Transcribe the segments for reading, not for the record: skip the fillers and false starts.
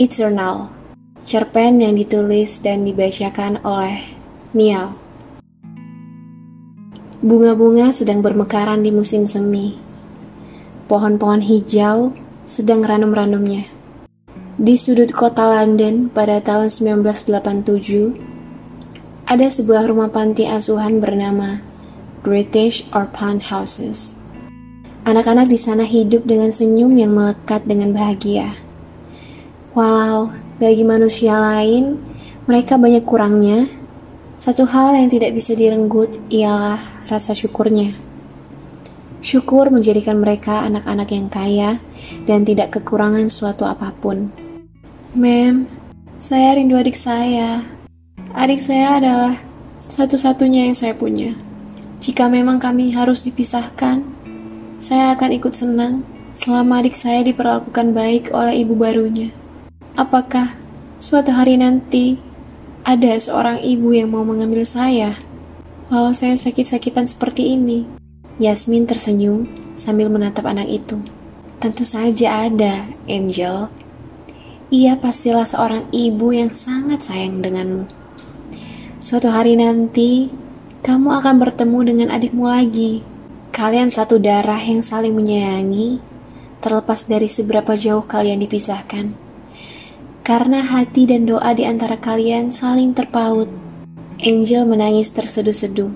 Eternal, cerpen yang ditulis dan dibacakan oleh Miao. Bunga-bunga sedang bermekaran di musim semi. Pohon-pohon hijau sedang ranum-ranumnya. Di sudut kota London pada tahun 1987, ada sebuah rumah panti asuhan bernama British Orphan Houses. Anak-anak di sana hidup dengan senyum yang melekat dengan bahagia. Walau bagi manusia lain, mereka banyak kurangnya, satu hal yang tidak bisa direnggut ialah rasa syukurnya. Syukur menjadikan mereka anak-anak yang kaya dan tidak kekurangan suatu apapun. Ma'am, saya rindu adik saya. Adik saya adalah satu-satunya yang saya punya. Jika memang kami harus dipisahkan, saya akan ikut senang selama adik saya diperlakukan baik oleh ibu barunya. Apakah suatu hari nanti ada seorang ibu yang mau mengambil saya, walau saya sakit-sakitan seperti ini? Yasmin tersenyum sambil menatap anak itu. Tentu saja ada, Angel. Ia pastilah seorang ibu yang sangat sayang denganmu. Suatu hari nanti, kamu akan bertemu dengan adikmu lagi. Kalian satu darah yang saling menyayangi, terlepas dari seberapa jauh kalian dipisahkan. Karena hati dan doa di antara kalian saling terpaut. Angel menangis terseduh-seduh.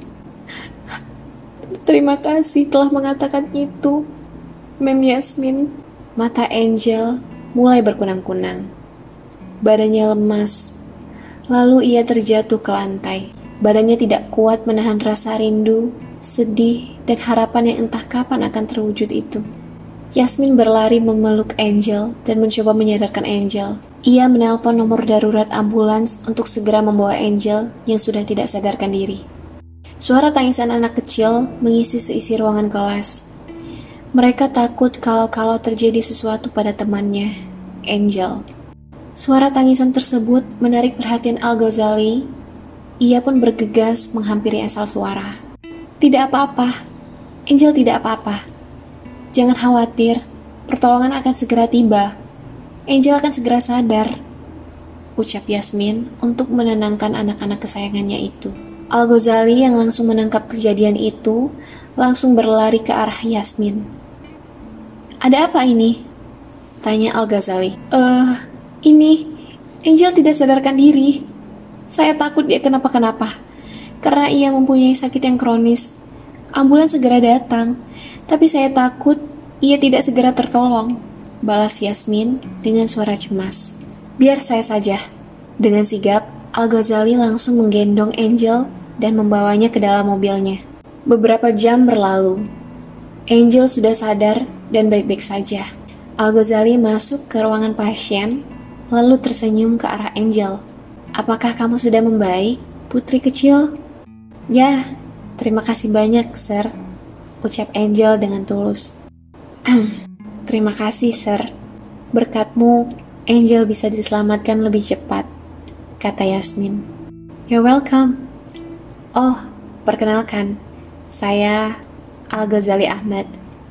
Terima kasih telah mengatakan itu, Mem Yasmin. Mata Angel mulai berkunang-kunang. Badannya lemas. Lalu ia terjatuh ke lantai. Badannya tidak kuat menahan rasa rindu, sedih, dan harapan yang entah kapan akan terwujud itu. Yasmin berlari memeluk Angel dan mencoba menyadarkan Angel. Ia menelpon nomor darurat ambulans untuk segera membawa Angel yang sudah tidak sadarkan diri. Suara tangisan anak kecil mengisi seisi ruangan kelas. Mereka takut kalau terjadi sesuatu pada temannya, Angel. Suara tangisan tersebut menarik perhatian Al-Ghazali. Ia pun bergegas menghampiri asal suara. Tidak apa-apa, Angel tidak apa-apa. Jangan khawatir, pertolongan akan segera tiba. Angel akan segera sadar, ucap Yasmin untuk menenangkan anak-anak kesayangannya itu. Al-Ghazali yang langsung menangkap kejadian itu, langsung berlari ke arah Yasmin. Ada apa ini? Tanya Al-Ghazali. Ini, Angel tidak sadarkan diri. Saya takut dia kenapa-kenapa, karena ia mempunyai sakit yang kronis. Ambulans segera datang, tapi saya takut ia tidak segera tertolong, balas Yasmin dengan suara cemas. Biar saya saja. Dengan sigap, Al-Ghazali langsung menggendong Angel dan membawanya ke dalam mobilnya. Beberapa jam berlalu. Angel sudah sadar dan baik-baik saja. Al-Ghazali masuk ke ruangan pasien, lalu tersenyum ke arah Angel. Apakah kamu sudah membaik, putri kecil? Ya, terima kasih banyak, Sir, ucap Angel dengan tulus. Terima kasih, Sir. Berkatmu, Angel bisa diselamatkan lebih cepat, kata Yasmin. You're welcome. Oh, perkenalkan, saya Al-Ghazali Ahmad.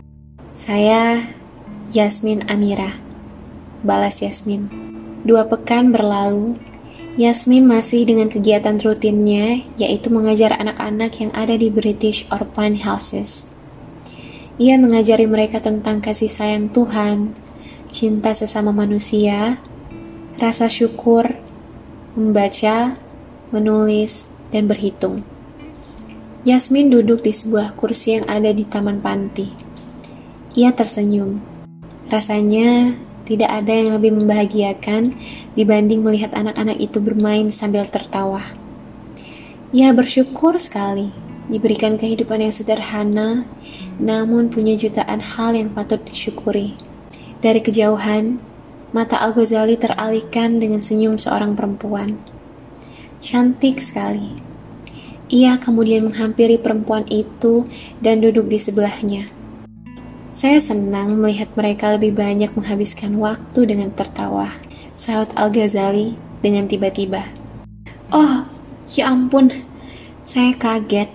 Saya Yasmin Amira, balas Yasmin. 2 pekan berlalu, Yasmin masih dengan kegiatan rutinnya, yaitu mengajar anak-anak yang ada di British Orphan Houses. Ia mengajari mereka tentang kasih sayang Tuhan, cinta sesama manusia, rasa syukur, membaca, menulis, dan berhitung. Yasmin duduk di sebuah kursi yang ada di taman panti. Ia tersenyum. Rasanya tidak ada yang lebih membahagiakan dibanding melihat anak-anak itu bermain sambil tertawa. Ia bersyukur sekali diberikan kehidupan yang sederhana, namun punya jutaan hal yang patut disyukuri. Dari kejauhan, mata Al-Ghazali teralihkan dengan senyum seorang perempuan. Cantik sekali. Ia kemudian menghampiri perempuan itu dan duduk di sebelahnya. Saya senang melihat mereka lebih banyak menghabiskan waktu dengan tertawa, sahut Al-Ghazali dengan tiba-tiba. Oh, ya ampun, saya kaget.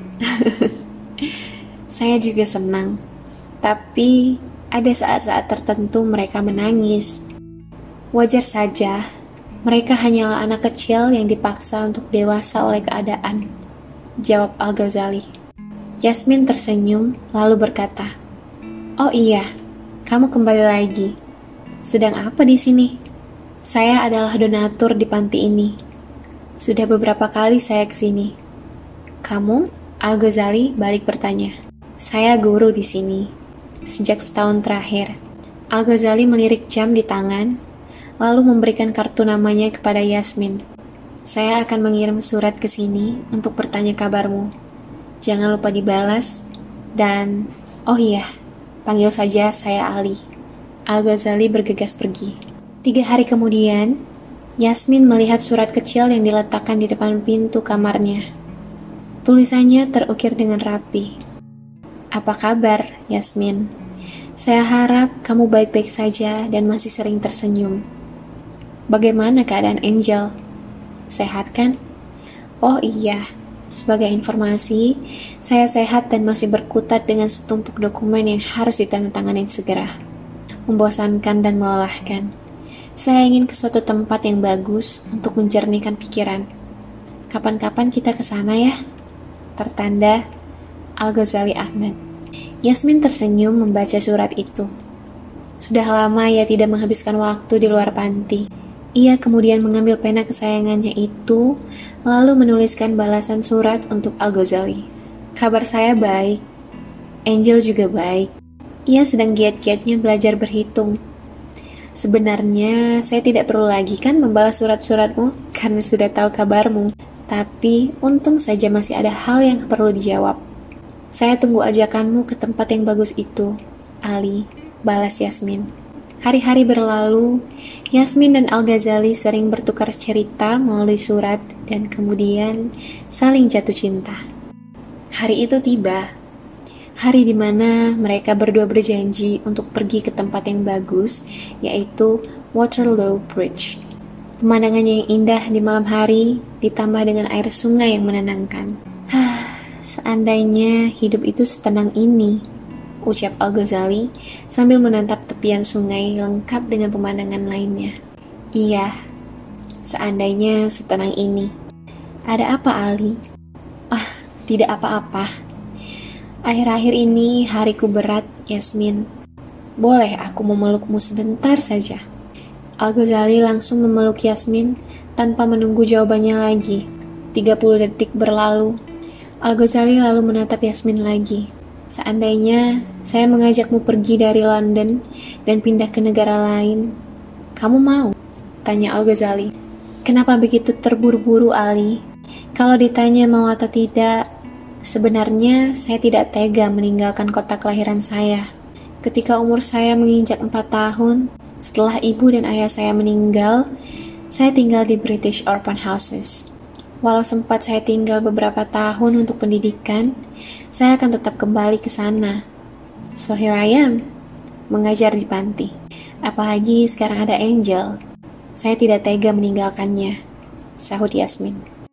Saya juga senang, tapi ada saat-saat tertentu mereka menangis. Wajar saja, mereka hanyalah anak kecil yang dipaksa untuk dewasa oleh keadaan, jawab Al-Ghazali. Yasmin tersenyum lalu berkata, "Oh iya, kamu kembali lagi. Sedang apa di sini?" "Saya adalah donatur di panti ini. Sudah beberapa kali saya ke sini." "Kamu?" Al-Ghazali balik bertanya. "Saya guru di sini. Sejak setahun terakhir." Al-Ghazali melirik jam di tangan, lalu memberikan kartu namanya kepada Yasmin. "Saya akan mengirim surat ke sini untuk bertanya kabarmu. Jangan lupa dibalas, dan oh iya, panggil saja saya Ali." Al-Ghazali bergegas pergi. 3 hari kemudian, Yasmin melihat surat kecil yang diletakkan di depan pintu kamarnya. Tulisannya terukir dengan rapi. "Apa kabar, Yasmin? Saya harap kamu baik-baik saja dan masih sering tersenyum. Bagaimana keadaan Angel? Sehat kan? Oh iya, sebagai informasi, saya sehat dan masih berkutat dengan setumpuk dokumen yang harus ditandatangani segera. Membosankan dan melelahkan. Saya ingin ke suatu tempat yang bagus untuk menjernihkan pikiran. Kapan-kapan kita ke sana ya? Tertanda, Al-Ghazali Ahmad." Yasmin tersenyum membaca surat itu. Sudah lama ia tidak menghabiskan waktu di luar panti. Ia kemudian mengambil pena kesayangannya itu, lalu menuliskan balasan surat untuk Al-Ghazali. "Kabar saya baik. Angel juga baik. Ia sedang giat-giatnya belajar berhitung. Sebenarnya saya tidak perlu lagi kan membalas surat-suratmu karena sudah tahu kabarmu. Tapi untung saja masih ada hal yang perlu dijawab. Saya tunggu ajakanmu ke tempat yang bagus itu, Ali," balas Yasmin. Hari-hari berlalu, Yasmin dan Al-Ghazali sering bertukar cerita melalui surat dan kemudian saling jatuh cinta. Hari itu tiba, hari di mana mereka berdua berjanji untuk pergi ke tempat yang bagus, yaitu Waterloo Bridge. Pemandangannya yang indah di malam hari, ditambah dengan air sungai yang menenangkan. Seandainya hidup itu setenang ini, ucap Al-Ghazali sambil menatap tepian sungai lengkap dengan pemandangan lainnya. Iya, seandainya setenang ini. Ada apa, Ali? Tidak apa-apa. Akhir-akhir ini hariku berat, Yasmin. Boleh aku memelukmu sebentar saja? Al-Ghazali langsung memeluk Yasmin tanpa menunggu jawabannya lagi. 30 detik berlalu. Al-Ghazali lalu menatap Yasmin lagi. Seandainya saya mengajakmu pergi dari London dan pindah ke negara lain, kamu mau? Tanya Al-Ghazali. Kenapa begitu terburu-buru, Ali? Kalau ditanya mau atau tidak, sebenarnya saya tidak tega meninggalkan kota kelahiran saya. Ketika umur saya menginjak 4 tahun, setelah ibu dan ayah saya meninggal, saya tinggal di British Orphan Houses. Walau sempat saya tinggal beberapa tahun untuk pendidikan, saya akan tetap kembali ke sana. So here I am, mengajar di panti. Apalagi sekarang ada Angel. Saya tidak tega meninggalkannya, sahut Yasmin.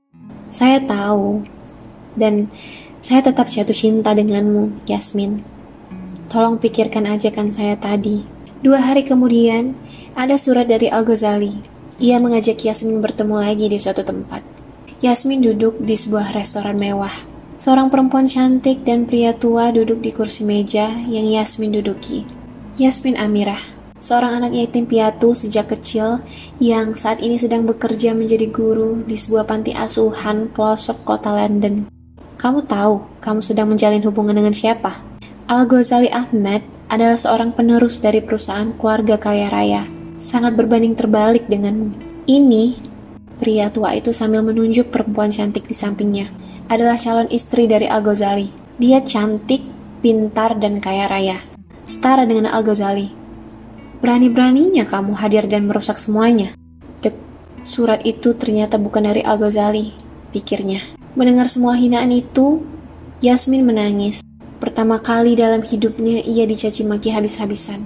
Saya tahu, dan saya tetap jatuh cinta denganmu, Yasmin. Tolong pikirkan ajakan saya tadi. 2 hari kemudian, ada surat dari Al-Ghazali. Ia mengajak Yasmin bertemu lagi di suatu tempat. Yasmin duduk di sebuah restoran mewah. Seorang perempuan cantik dan pria tua duduk di kursi meja yang Yasmin duduki. Yasmin Amirah, seorang anak yatim piatu sejak kecil yang saat ini sedang bekerja menjadi guru di sebuah panti asuhan pelosok kota London. Kamu tahu, kamu sedang menjalin hubungan dengan siapa? Al-Ghazali Ahmad adalah seorang penerus dari perusahaan keluarga kaya raya. Sangat berbanding terbalik denganmu. Ini, pria tua itu sambil menunjuk perempuan cantik di sampingnya, adalah calon istri dari Al-Ghazali. Dia cantik, pintar, dan kaya raya. Setara dengan Al-Ghazali. Berani-beraninya kamu hadir dan merusak semuanya. Cek, surat itu ternyata bukan dari Al-Ghazali, pikirnya. Mendengar semua hinaan itu, Yasmin menangis. Pertama kali dalam hidupnya ia dicaci maki habis-habisan.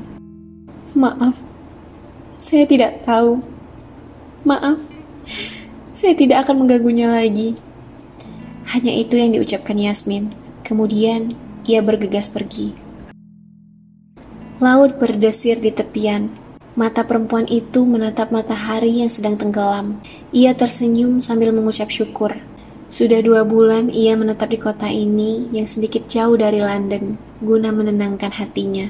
Maaf, saya tidak tahu. Maaf, saya tidak akan mengganggunya lagi. Hanya itu yang diucapkan Yasmin. Kemudian ia bergegas pergi. Laut berdesir di tepian. Mata perempuan itu menatap matahari yang sedang tenggelam. Ia tersenyum sambil mengucap syukur. Sudah 2 bulan ia menetap di kota ini yang sedikit jauh dari London, guna menenangkan hatinya.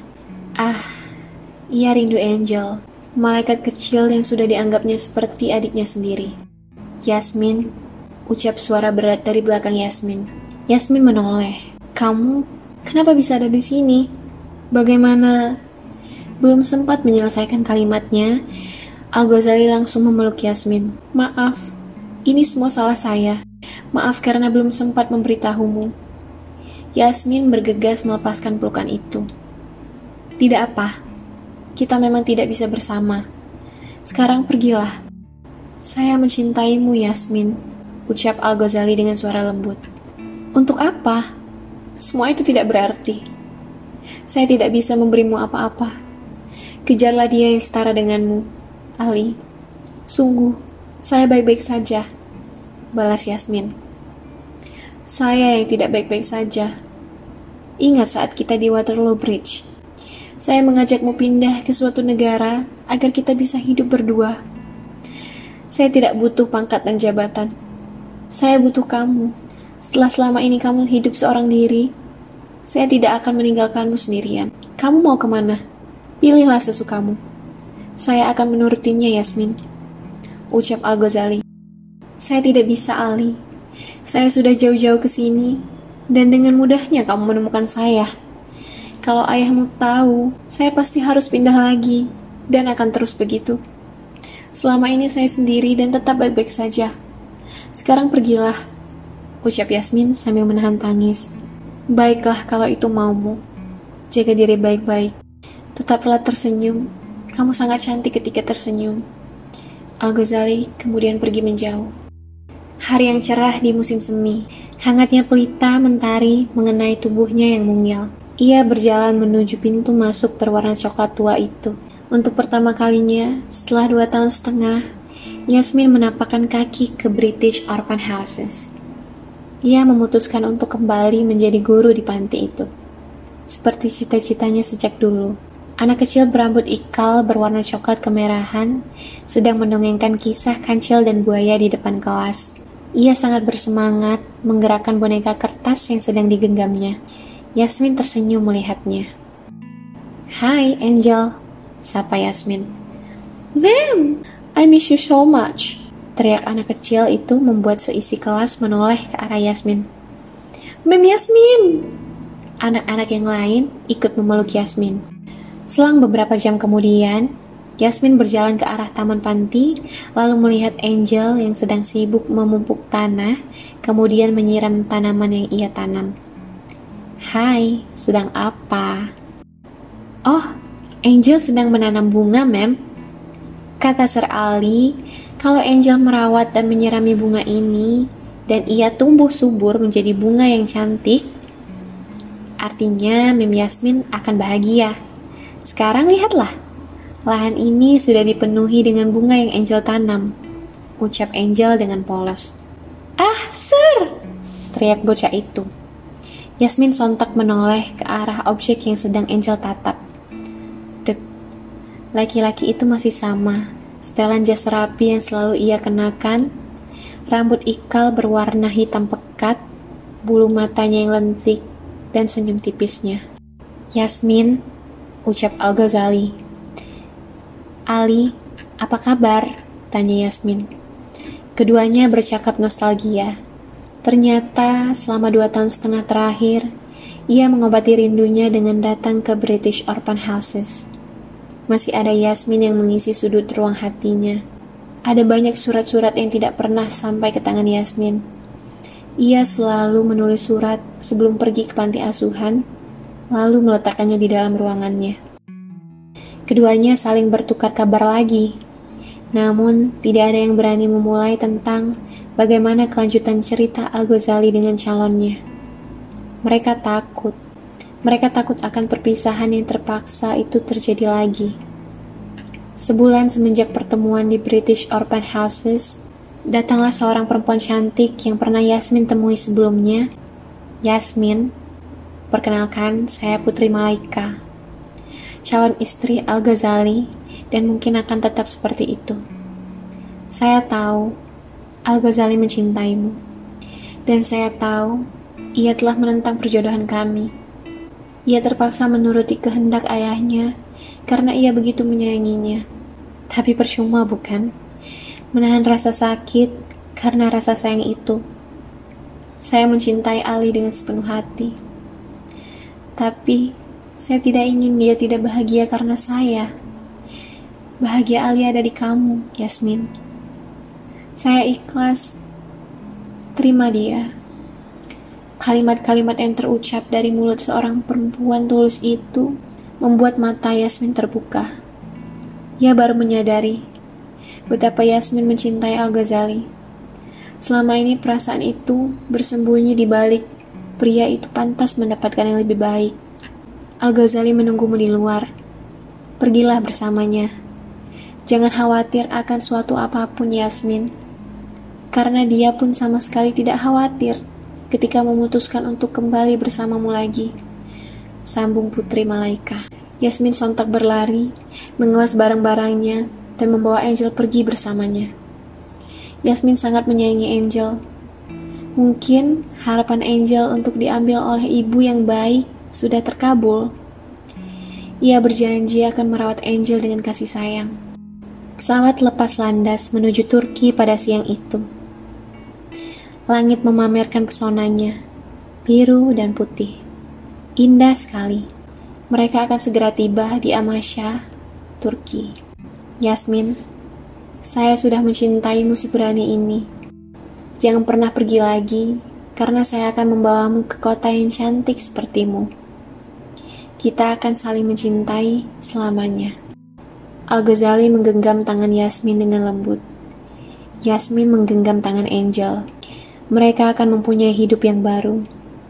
Ia rindu Angel, malaikat kecil yang sudah dianggapnya seperti adiknya sendiri. Yasmin, ucap suara berat dari belakang Yasmin. Yasmin menoleh. Kamu, kenapa bisa ada di sini? Bagaimana? Belum sempat menyelesaikan kalimatnya, Al-Ghazali langsung memeluk Yasmin. Maaf, ini semua salah saya. Maaf karena belum sempat memberitahumu. Yasmin bergegas melepaskan pelukan itu. Tidak apa, kita memang tidak bisa bersama. Sekarang pergilah. Saya mencintaimu, Yasmin, ucap Al-Ghazali dengan suara lembut. Untuk apa? Semua itu tidak berarti. Saya tidak bisa memberimu apa-apa. Kejarlah dia yang setara denganmu, Ali. Sungguh, saya baik-baik saja, balas Yasmin. Saya yang tidak baik-baik saja. Ingat saat kita di Waterloo Bridge. Saya mengajakmu pindah ke suatu negara agar kita bisa hidup berdua. Saya tidak butuh pangkat dan jabatan. Saya butuh kamu. Setelah selama ini kamu hidup seorang diri, saya tidak akan meninggalkanmu sendirian. Kamu mau kemana? Pilihlah sesukamu. Saya akan menurutinya, Yasmin, ucap Al-Ghazali. Saya tidak bisa, Ali. Saya sudah jauh-jauh ke sini, dan dengan mudahnya kamu menemukan saya. Kalau ayahmu tahu, saya pasti harus pindah lagi, dan akan terus begitu. Selama ini saya sendiri dan tetap baik-baik saja. Sekarang pergilah, ucap Yasmin sambil menahan tangis. Baiklah kalau itu maumu. Jaga diri baik-baik. Tetaplah tersenyum. Kamu sangat cantik ketika tersenyum. Al-Ghazali kemudian pergi menjauh. Hari yang cerah di musim semi. Hangatnya pelita mentari mengenai tubuhnya yang mungil. Ia berjalan menuju pintu masuk berwarna coklat tua itu. Untuk pertama kalinya, setelah 2 tahun setengah, Yasmin menapakkan kaki ke British Orphan Houses. Ia memutuskan untuk kembali menjadi guru di panti itu. Seperti cita-citanya sejak dulu. Anak kecil berambut ikal berwarna coklat kemerahan sedang mendongengkan kisah kancil dan buaya di depan kelas. Ia sangat bersemangat menggerakkan boneka kertas yang sedang digenggamnya. Yasmin tersenyum melihatnya. Hai, Angel, sapa Yasmin. Ma'am, I miss you so much, teriak anak kecil itu membuat seisi kelas menoleh ke arah Yasmin. Ma'am Yasmin! Anak-anak yang lain ikut memeluk Yasmin. Selang beberapa jam kemudian, Yasmin berjalan ke arah taman panti, lalu melihat Angel yang sedang sibuk memupuk tanah, kemudian menyiram tanaman yang ia tanam. Hai, sedang apa? Oh, Angel sedang menanam bunga, ma'am. Kata Sir Ali, kalau Angel merawat dan menyirami bunga ini, dan ia tumbuh subur menjadi bunga yang cantik, artinya Ma'am Yasmin akan bahagia. Sekarang lihatlah, lahan ini sudah dipenuhi dengan bunga yang Angel tanam, ucap Angel dengan polos. Ah, Sir! Teriak bocah itu. Yasmin sontak menoleh ke arah objek yang sedang Angel tatap. Dek, laki-laki itu masih sama, setelan jas rapi yang selalu ia kenakan, rambut ikal berwarna hitam pekat, bulu matanya yang lentik, dan senyum tipisnya. Yasmin, ucap Al-Ghazali. Ali, apa kabar? Tanya Yasmin. Keduanya bercakap nostalgia. Ternyata selama 2 tahun setengah terakhir, ia mengobati rindunya dengan datang ke British Orphan Houses. Masih ada Yasmin yang mengisi sudut ruang hatinya. Ada banyak surat-surat yang tidak pernah sampai ke tangan Yasmin. Ia selalu menulis surat sebelum pergi ke panti asuhan, lalu meletakkannya di dalam ruangannya. Keduanya saling bertukar kabar lagi. Namun, tidak ada yang berani memulai tentang bagaimana kelanjutan cerita Al-Ghazali dengan calonnya. Mereka takut. Mereka takut akan perpisahan yang terpaksa itu terjadi lagi. Sebulan semenjak pertemuan di British Orphan Houses, datanglah seorang perempuan cantik yang pernah Yasmin temui sebelumnya. Yasmin, perkenalkan, saya Putri Malaika, calon istri Al-Ghazali dan mungkin akan tetap seperti itu. Saya tahu Al-Ghazali mencintaimu, dan saya tahu ia telah menentang perjodohan kami. Ia terpaksa menuruti kehendak ayahnya karena ia begitu menyayanginya. Tapi percuma bukan? Menahan rasa sakit karena rasa sayang itu. Saya mencintai Ali dengan sepenuh hati. Tapi saya tidak ingin dia tidak bahagia karena saya. Bahagia Ali ada di kamu, Yasmin. Saya ikhlas terima dia. Kalimat-kalimat yang terucap dari mulut seorang perempuan tulus itu membuat mata Yasmin terbuka. Ia baru menyadari betapa Yasmin mencintai Al-Ghazali. Selama ini perasaan itu bersembunyi di balik pria itu pantas mendapatkan yang lebih baik. Al-Ghazali menunggumu di luar. Pergilah bersamanya. Jangan khawatir akan suatu apapun, Yasmin. Karena dia pun sama sekali tidak khawatir ketika memutuskan untuk kembali bersamamu lagi. Sambung Putri Malaika. Yasmin sontak berlari, mengemas barang-barangnya, dan membawa Angel pergi bersamanya. Yasmin sangat menyayangi Angel. Mungkin harapan Angel untuk diambil oleh ibu yang baik sudah terkabul. Ia berjanji akan merawat Angel dengan kasih sayang. Pesawat lepas landas menuju Turki pada siang itu. Langit memamerkan pesonanya, biru dan putih. Indah sekali. Mereka akan segera tiba di Amasya, Turki. Yasmin, saya sudah mencintaimu seberani ini. Jangan pernah pergi lagi, karena saya akan membawamu ke kota yang cantik sepertimu. Kita akan saling mencintai selamanya. Al-Ghazali menggenggam tangan Yasmin dengan lembut. Yasmin menggenggam tangan Angel. Mereka akan mempunyai hidup yang baru.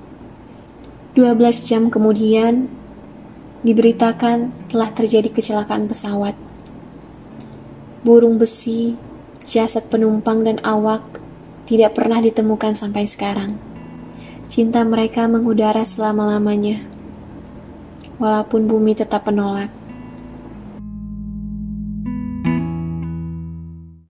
12 jam kemudian, diberitakan telah terjadi kecelakaan pesawat. Burung besi, jasad penumpang dan awak tidak pernah ditemukan sampai sekarang. Cinta mereka mengudara selama-lamanya. Walaupun bumi tetap menolak.